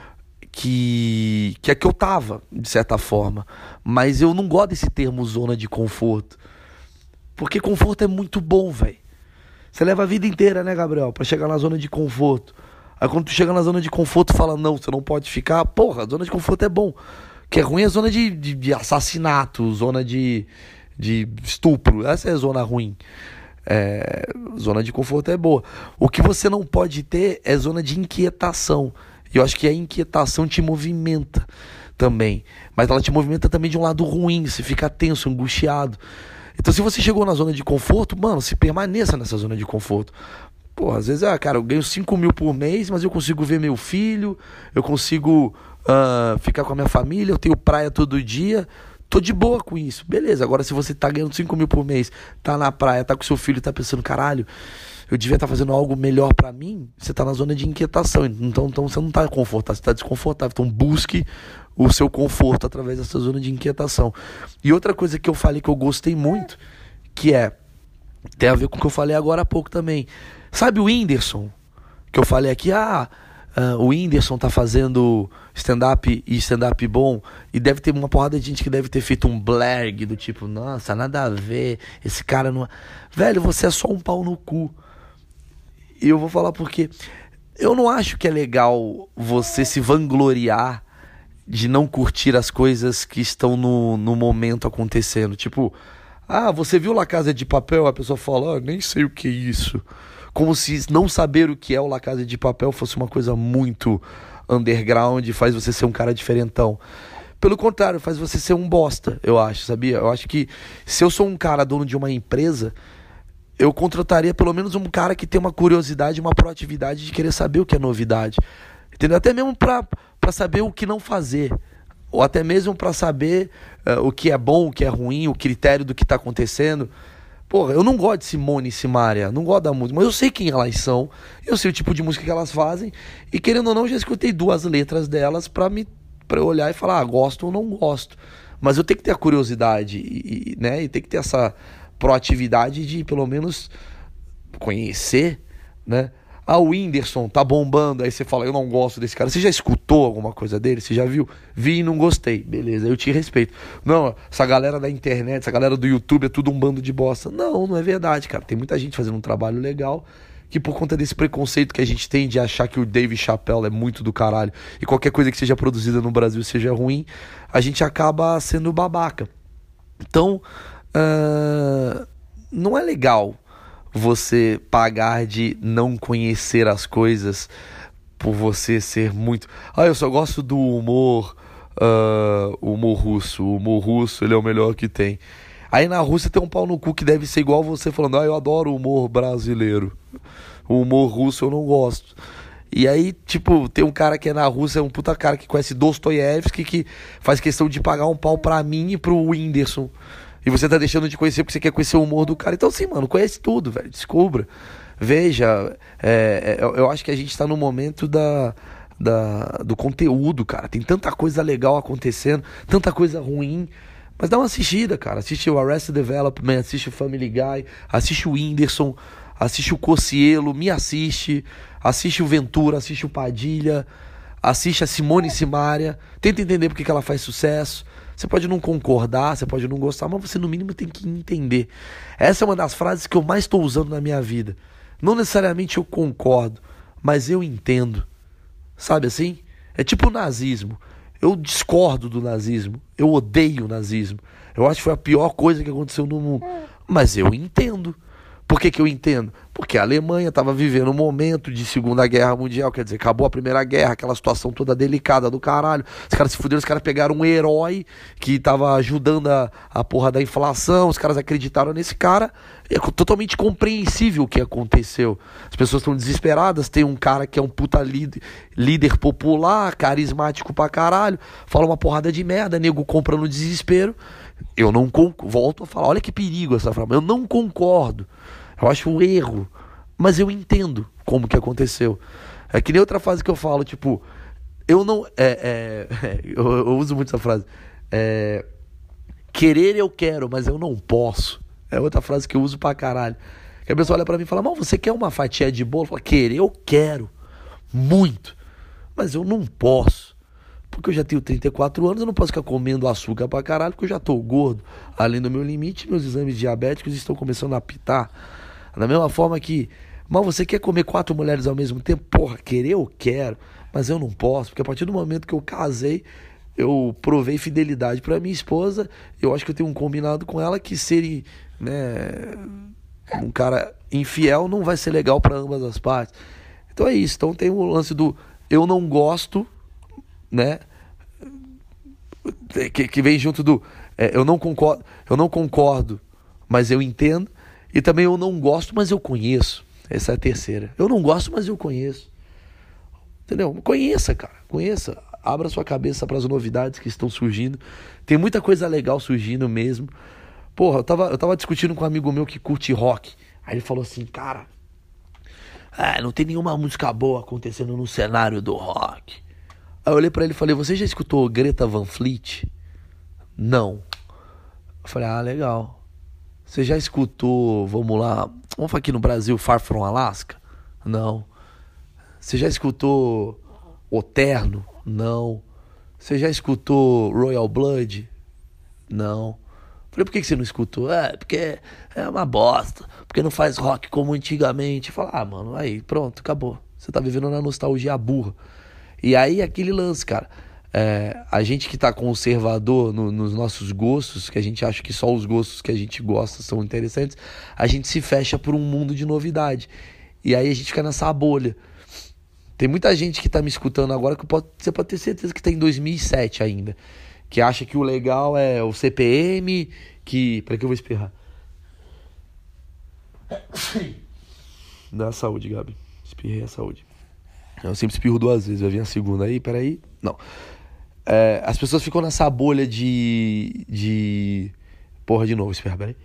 Que, que é que eu tava, de certa forma. Mas eu não gosto desse termo zona de conforto. Porque conforto é muito bom, velho. Você leva a vida inteira, né, Gabriel? Pra chegar na zona de conforto. Aí quando tu chega na zona de conforto, fala, não, você não pode ficar. Porra, a zona de conforto é bom. O que é ruim é a zona de, de, de assassinato, zona de, de estupro. Essa é a zona ruim. É, zona de conforto é boa. O que você não pode ter é zona de inquietação. E eu acho que a inquietação te movimenta também. Mas ela te movimenta também de um lado ruim. Você fica tenso, angustiado. Então se você chegou na zona de conforto, mano, se permaneça nessa zona de conforto. Pô, às vezes, ah, cara, eu ganho cinco mil por mês, mas eu consigo ver meu filho, eu consigo uh, ficar com a minha família, eu tenho praia todo dia. Tô de boa com isso. Beleza, agora se você tá ganhando cinco mil por mês, tá na praia, tá com seu filho e tá pensando, caralho, eu devia estar tá fazendo algo melhor pra mim, você tá na zona de inquietação. Então, então você não tá confortável, você tá desconfortável. Então busque o seu conforto através dessa zona de inquietação. E outra coisa que eu falei que eu gostei muito, que é, tem a ver com o que eu falei agora há pouco também. Sabe o Whindersson? Que eu falei aqui, ah... Uh, o Whindersson tá fazendo stand-up e stand-up bom, e deve ter uma porrada de gente que deve ter feito um blag do tipo, nossa, nada a ver, esse cara não... Velho, você é só um pau no cu. E eu vou falar porque eu não acho que é legal você se vangloriar de não curtir as coisas que estão no, no momento acontecendo. Tipo, ah, você viu La Casa de Papel? A pessoa fala, ah, nem sei o que é isso. Como se não saber o que é o La Casa de Papel fosse uma coisa muito underground e faz você ser um cara diferentão. Pelo contrário, faz você ser um bosta, eu acho, sabia? Eu acho que se eu sou um cara dono de uma empresa, eu contrataria pelo menos um cara que tem uma curiosidade, uma proatividade de querer saber o que é novidade. Entendeu? Até mesmo pra, pra saber o que não fazer. Ou até mesmo pra saber uh, o que é bom, o que é ruim, o critério do que tá acontecendo. Porra, eu não gosto de Simone e Simaria, não gosto da música, mas eu sei quem elas são, eu sei o tipo de música que elas fazem, e querendo ou não, já escutei duas letras delas pra, me, pra eu olhar e falar, ah, gosto ou não gosto. Mas eu tenho que ter a curiosidade, e, né, e tem que ter essa proatividade de, pelo menos, conhecer, né? Ah, o Whindersson tá bombando, aí você fala, eu não gosto desse cara. Você já escutou alguma coisa dele? Você já viu? Vi e não gostei. Beleza, eu te respeito. Não, essa galera da internet, essa galera do YouTube é tudo um bando de bosta. Não, não é verdade, cara. Tem muita gente fazendo um trabalho legal que por conta desse preconceito que a gente tem de achar que o Dave Chappelle é muito do caralho e qualquer coisa que seja produzida no Brasil seja ruim, a gente acaba sendo babaca. Então, uh, não é legal você pagar de não conhecer as coisas por você ser muito... Ah, eu só gosto do humor, uh, humor russo. O humor russo, ele é o melhor que tem. Aí na Rússia tem um pau no cu que deve ser igual você falando, ah, eu adoro o humor brasileiro. O humor russo eu não gosto. E aí, tipo, tem um cara que é na Rússia, um puta cara que conhece Dostoiévski, que faz questão de pagar um pau pra mim e pro Whindersson. E você tá deixando de conhecer porque você quer conhecer o humor do cara. Então, assim, mano, conhece tudo, velho. Descubra. Veja. É, é, eu acho que a gente tá no momento da, da, do conteúdo, cara. Tem tanta coisa legal acontecendo, tanta coisa ruim. Mas dá uma assistida, cara. Assiste o Arrested Development, assiste o Family Guy, assiste o Whindersson, assiste o Cocielo, me assiste, assiste o Ventura, assiste o Padilha. assiste a Simone Simaria, tenta entender por que que ela faz sucesso. Você pode não concordar, você pode não gostar, mas você no mínimo tem que entender. Essa é uma das frases que eu mais estou usando na minha vida. Não necessariamente eu concordo, mas eu entendo. Sabe assim? É tipo o nazismo. Eu discordo do nazismo. Eu odeio o nazismo. Eu acho que foi a pior coisa que aconteceu no mundo. Mas eu entendo. Por que que eu entendo? Porque a Alemanha estava vivendo um momento de Segunda Guerra Mundial, quer dizer, acabou a Primeira Guerra, aquela situação toda delicada do caralho. Os caras se fuderam, os caras pegaram um herói que estava ajudando a, a porra da inflação, os caras acreditaram nesse cara. É totalmente compreensível o que aconteceu. As pessoas estão desesperadas, tem um cara que é um puta líder, líder popular, carismático pra caralho, fala uma porrada de merda, nego compra no desespero. Eu não concordo, volto a falar, olha que perigo essa frase, eu não concordo. Eu acho um erro, mas eu entendo como que aconteceu. É que nem outra frase que eu falo, tipo, eu não... É, é, eu, eu uso muito essa frase. É, querer eu quero, mas eu não posso. É outra frase que eu uso pra caralho. Que a pessoa olha pra mim e fala, mas você quer uma fatia de bolo? Eu falo, querer eu quero, muito, mas eu não posso. Porque eu já tenho trinta e quatro anos, eu não posso ficar comendo açúcar pra caralho, porque eu já tô gordo. Além do meu limite, meus exames diabéticos estão começando a apitar. Da mesma forma que, mas você quer comer quatro mulheres ao mesmo tempo? Porra, querer eu quero, mas eu não posso. Porque a partir do momento que eu casei, eu provei fidelidade pra minha esposa. Eu acho que eu tenho um combinado com ela que ser, né, um cara infiel não vai ser legal pra ambas as partes. Então é isso. Então tem o lance do eu não gosto, né, que, que vem junto do é, eu não concordo, eu não concordo, mas eu entendo. E também eu não gosto, mas eu conheço. Essa é a terceira. Eu não gosto, mas eu conheço. Entendeu? Conheça, cara. Conheça. Abra sua cabeça para as novidades que estão surgindo. Tem muita coisa legal surgindo mesmo. Porra, eu tava, eu tava discutindo com um amigo meu que curte rock. Aí ele falou assim, cara, é, não tem nenhuma música boa acontecendo no cenário do rock. Aí eu olhei pra ele e falei, você já escutou Greta Van Fleet? Não. Eu falei, ah, legal. Você já escutou, vamos lá, vamos falar aqui no Brasil, Far From Alaska? Não. Você já escutou O Terno? Não. Você já escutou Royal Blood? Não. Falei, por que você não escutou? É, porque é uma bosta, porque não faz rock como antigamente. Falei, ah, mano, aí, pronto, acabou. Você tá vivendo na nostalgia burra. E aí, aquele lance, cara. É, a gente que tá conservador no, nos nossos gostos, que a gente acha que só os gostos que a gente gosta são interessantes, a gente se fecha por um mundo de novidade. E aí a gente fica nessa bolha. Tem muita gente que tá me escutando agora que pode, você pode ter certeza que tá em dois mil e sete ainda. Que acha que o legal é o C P M, que... Peraí que eu vou espirrar. Dá saúde, Gabi. Espirrei a saúde. Eu sempre espirro duas vezes, vai vir a segunda aí, peraí. Não. É, as pessoas ficam nessa bolha de... de... Porra, de novo, espirra, peraí.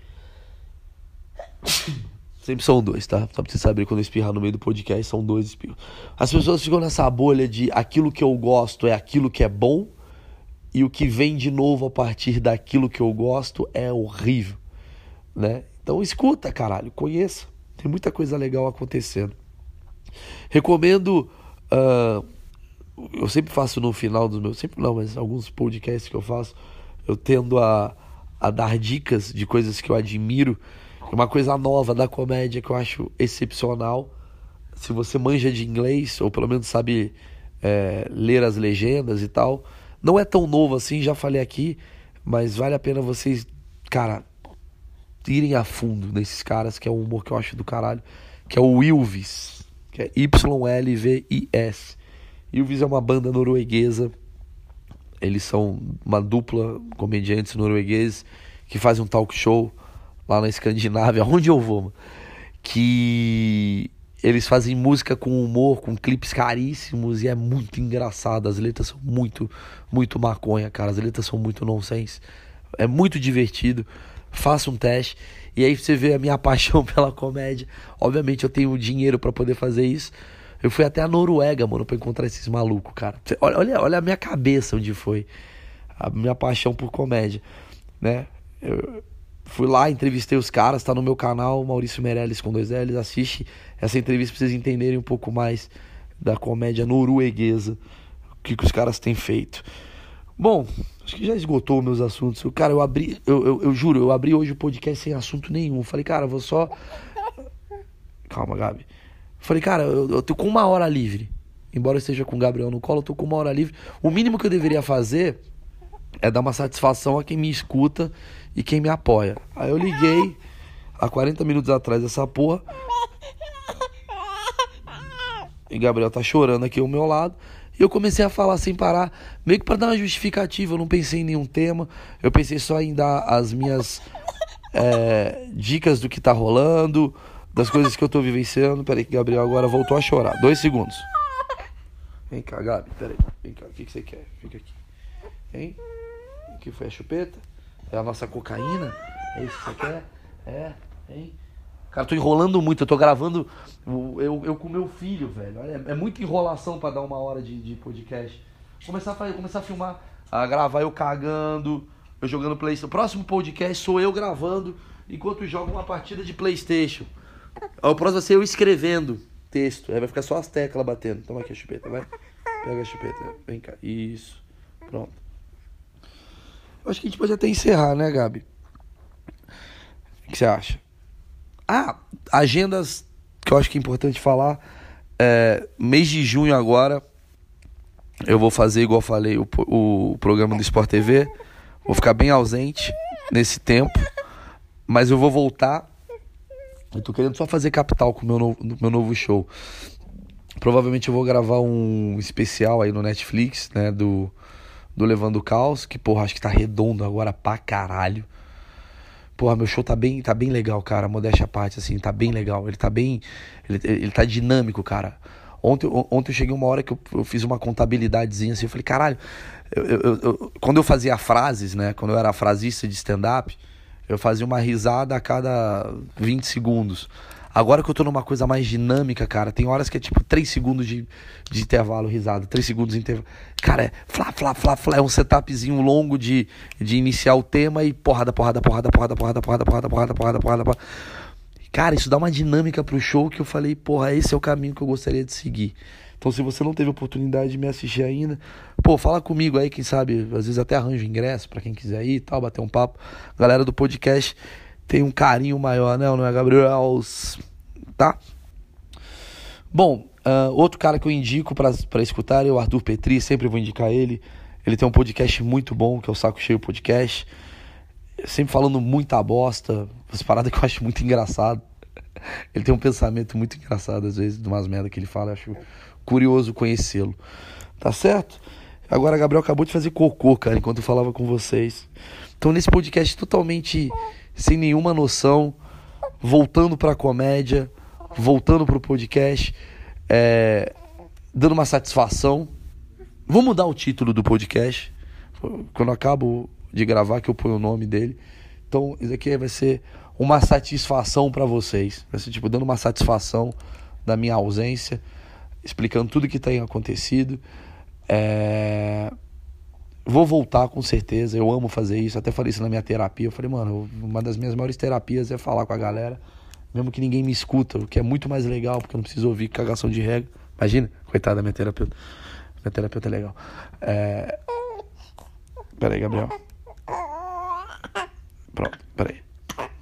Sempre são dois, tá? Só pra você saber, quando eu espirrar no meio do podcast, são dois espirros. As pessoas ficam nessa bolha de aquilo que eu gosto é aquilo que é bom, e o que vem de novo a partir daquilo que eu gosto é horrível, né? Então escuta, caralho, conheça. Tem muita coisa legal acontecendo. Recomendo... Uh, eu sempre faço no final dos meus... Sempre não, mas alguns podcasts que eu faço, eu tendo a, a dar dicas de coisas que eu admiro. Uma coisa nova da comédia que eu acho excepcional. Se você manja de inglês, ou pelo menos sabe é, ler as legendas e tal... Não é tão novo assim, já falei aqui, mas vale a pena vocês, cara, irem a fundo nesses caras, que é um humor que eu acho do caralho, que é o Ylvis, que é Y L V I S. Ylvis é uma banda norueguesa, eles são uma dupla comediantes noruegueses que fazem um talk show lá na Escandinávia, onde eu vou, mano, que... Eles fazem música com humor, com clipes caríssimos, e é muito engraçado. As letras são muito, muito maconha, cara. As letras são muito nonsense. É muito divertido. Faça um teste. E aí você vê a minha paixão pela comédia. Obviamente eu tenho dinheiro pra poder fazer isso. Eu fui até a Noruega, mano, pra encontrar esses malucos, cara. Olha, olha, olha a minha cabeça onde foi. A minha paixão por comédia, né? Eu... Fui lá, entrevistei os caras, tá no meu canal, Maurício Meirelles com dois L's, assiste essa entrevista pra vocês entenderem um pouco mais da comédia norueguesa. que, que os caras têm feito. Bom, acho que já esgotou meus assuntos. Cara, eu abri, eu, eu, eu juro, eu abri hoje o podcast sem assunto nenhum. Falei, cara, vou só... Calma, Gabi. Falei, cara, eu, eu tô com uma hora livre. Embora eu esteja com o Gabriel no colo, eu tô com uma hora livre. O mínimo que eu deveria fazer é dar uma satisfação a quem me escuta e quem me apoia. Aí eu liguei há quarenta minutos atrás essa porra. E Gabriel tá chorando aqui ao meu lado. E eu comecei a falar sem parar, meio que pra dar uma justificativa. Eu não pensei em nenhum tema. Eu pensei só em dar as minhas é, dicas do que tá rolando, das coisas que eu tô vivenciando. Peraí que Gabriel agora voltou a chorar. Dois segundos. Vem cá, Gabi. Peraí. Vem cá. O que, que você quer? Fica aqui. Hein? O que foi a chupeta? É a nossa cocaína? É isso que você quer? É? Hein? Cara, tô enrolando muito, eu tô gravando eu, eu com meu filho, velho. É, é muita enrolação pra dar uma hora de, de podcast. Começar a, fazer, começar a filmar, a gravar eu cagando, eu jogando PlayStation. O próximo podcast sou eu gravando enquanto jogo uma partida de PlayStation. O próximo vai ser eu escrevendo texto. Aí vai ficar só as teclas batendo. Toma aqui a chupeta, vai. Pega a chupeta, vem cá. Isso. Pronto. Eu acho que a gente pode até encerrar, né, Gabi? O que você acha? Ah, agendas que eu acho que é importante falar. É, mês de junho agora, eu vou fazer, igual eu falei, o, o programa do Sport T V. Vou ficar bem ausente nesse tempo, mas eu vou voltar. Eu tô querendo só fazer capital com o meu novo, meu novo show. Provavelmente eu vou gravar um especial aí no Netflix, né, do, do Levando o Caos, que, porra, acho que tá redondo agora pra caralho. Porra, meu show tá bem, tá bem legal, cara. Modéstia à parte, assim, tá bem legal. Ele tá bem... Ele, ele tá dinâmico, cara. Ontem, ontem eu cheguei uma hora que eu, eu fiz uma contabilidadezinha, assim. Eu falei, caralho... Eu, eu, eu, quando eu fazia frases, né? Quando eu era frasista de stand-up, eu fazia uma risada a cada vinte segundos. Agora que eu tô numa coisa mais dinâmica, cara, tem horas que é tipo três segundos de, de intervalo risada, três segundos de intervalo. Cara, é flá, flá, flá, flá, é um setupzinho longo de, de iniciar o tema e porrada, porrada, porrada, porrada, porrada, porrada, porrada, porrada, porrada, porrada, porrada. Cara, isso dá uma dinâmica pro show que eu falei, porra, esse é o caminho que eu gostaria de seguir. Então, se você não teve oportunidade de me assistir ainda, pô, fala comigo aí, quem sabe, às vezes até arranjo ingresso pra quem quiser ir e tal, bater um papo. Galera do podcast tem um carinho maior, né, não é, Gabriel? Tá? Bom, uh, outro cara que eu indico pra, pra escutar é o Arthur Petri, sempre vou indicar ele. Ele tem um podcast muito bom, que é o Saco Cheio Podcast. Sempre falando muita bosta, umas paradas que eu acho muito engraçado. Ele tem um pensamento muito engraçado, às vezes, de umas merda que ele fala, eu acho curioso conhecê-lo. Tá certo? Agora, Gabriel acabou de fazer cocô, cara, enquanto eu falava com vocês. Então, nesse podcast totalmente sem nenhuma noção, voltando pra comédia, voltando pro podcast, é, dando uma satisfação. Vou mudar o título do podcast, quando eu acabo de gravar, que eu ponho o nome dele. Então, isso aqui vai ser uma satisfação pra vocês. Vai ser, tipo, dando uma satisfação da minha ausência, explicando tudo que tem acontecido. É... Vou voltar com certeza, eu amo fazer isso. Até falei isso na minha terapia. Eu falei, mano, uma das minhas maiores terapias é falar com a galera, mesmo que ninguém me escuta, o que é muito mais legal, porque eu não preciso ouvir cagação de regra. Imagina, coitada da minha terapeuta. Minha terapeuta é legal. É... Pera aí, Gabriel. Pronto, pera aí.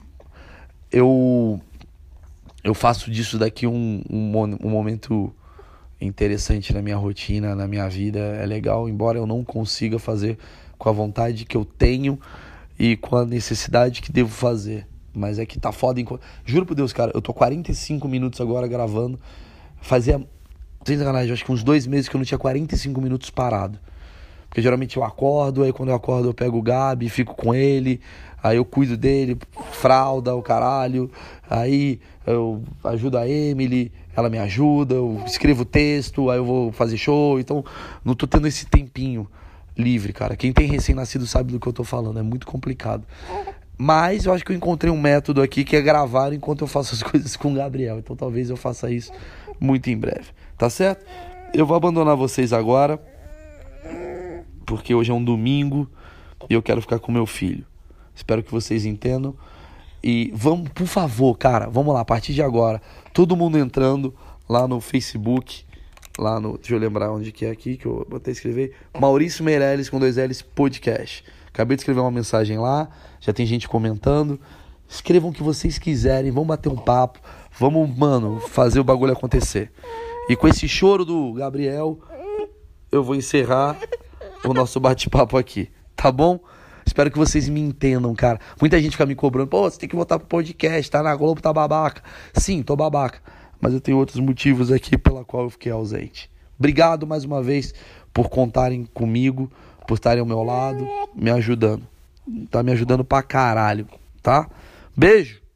Eu, eu faço disso daqui um, um, um momento interessante na minha rotina, na minha vida. É legal, embora eu não consiga fazer com a vontade que eu tenho e com a necessidade que devo fazer. Mas é que tá foda. Enquanto... Juro por Deus, cara, eu tô quarenta e cinco minutos agora gravando. Fazia, sem sacanagem, acho que uns dois meses que eu não tinha quarenta e cinco minutos parado. Porque geralmente eu acordo, aí quando eu acordo eu pego o Gabi, fico com ele, aí eu cuido dele, fralda, o caralho, aí eu ajudo a Emily, ela me ajuda, eu escrevo texto, aí eu vou fazer show, então não tô tendo esse tempinho livre, cara. Quem tem recém-nascido sabe do que eu tô falando, é muito complicado. Mas eu acho que eu encontrei um método aqui que é gravar enquanto eu faço as coisas com o Gabriel, então talvez eu faça isso muito em breve, tá certo? Eu vou abandonar vocês agora, porque hoje é um domingo e eu quero ficar com meu filho. Espero que vocês entendam. E vamos, por favor, cara, vamos lá, a partir de agora, todo mundo entrando lá no Facebook, lá no... Deixa eu lembrar onde que é aqui, que eu vou até escrever. Maurício Meirelles com dois L's podcast. Acabei de escrever uma mensagem lá, já tem gente comentando. Escrevam o que vocês quiserem, vamos bater um papo. Vamos, mano, fazer o bagulho acontecer. E com esse choro do Gabriel, eu vou encerrar o nosso bate-papo aqui, tá bom? Espero que vocês me entendam, cara. Muita gente fica me cobrando, pô, você tem que voltar pro podcast, tá na Globo, tá babaca. Sim, tô babaca, mas eu tenho outros motivos aqui pela qual eu fiquei ausente. Obrigado mais uma vez por contarem comigo, por estarem ao meu lado, me ajudando. Tá me ajudando pra caralho, tá? Beijo!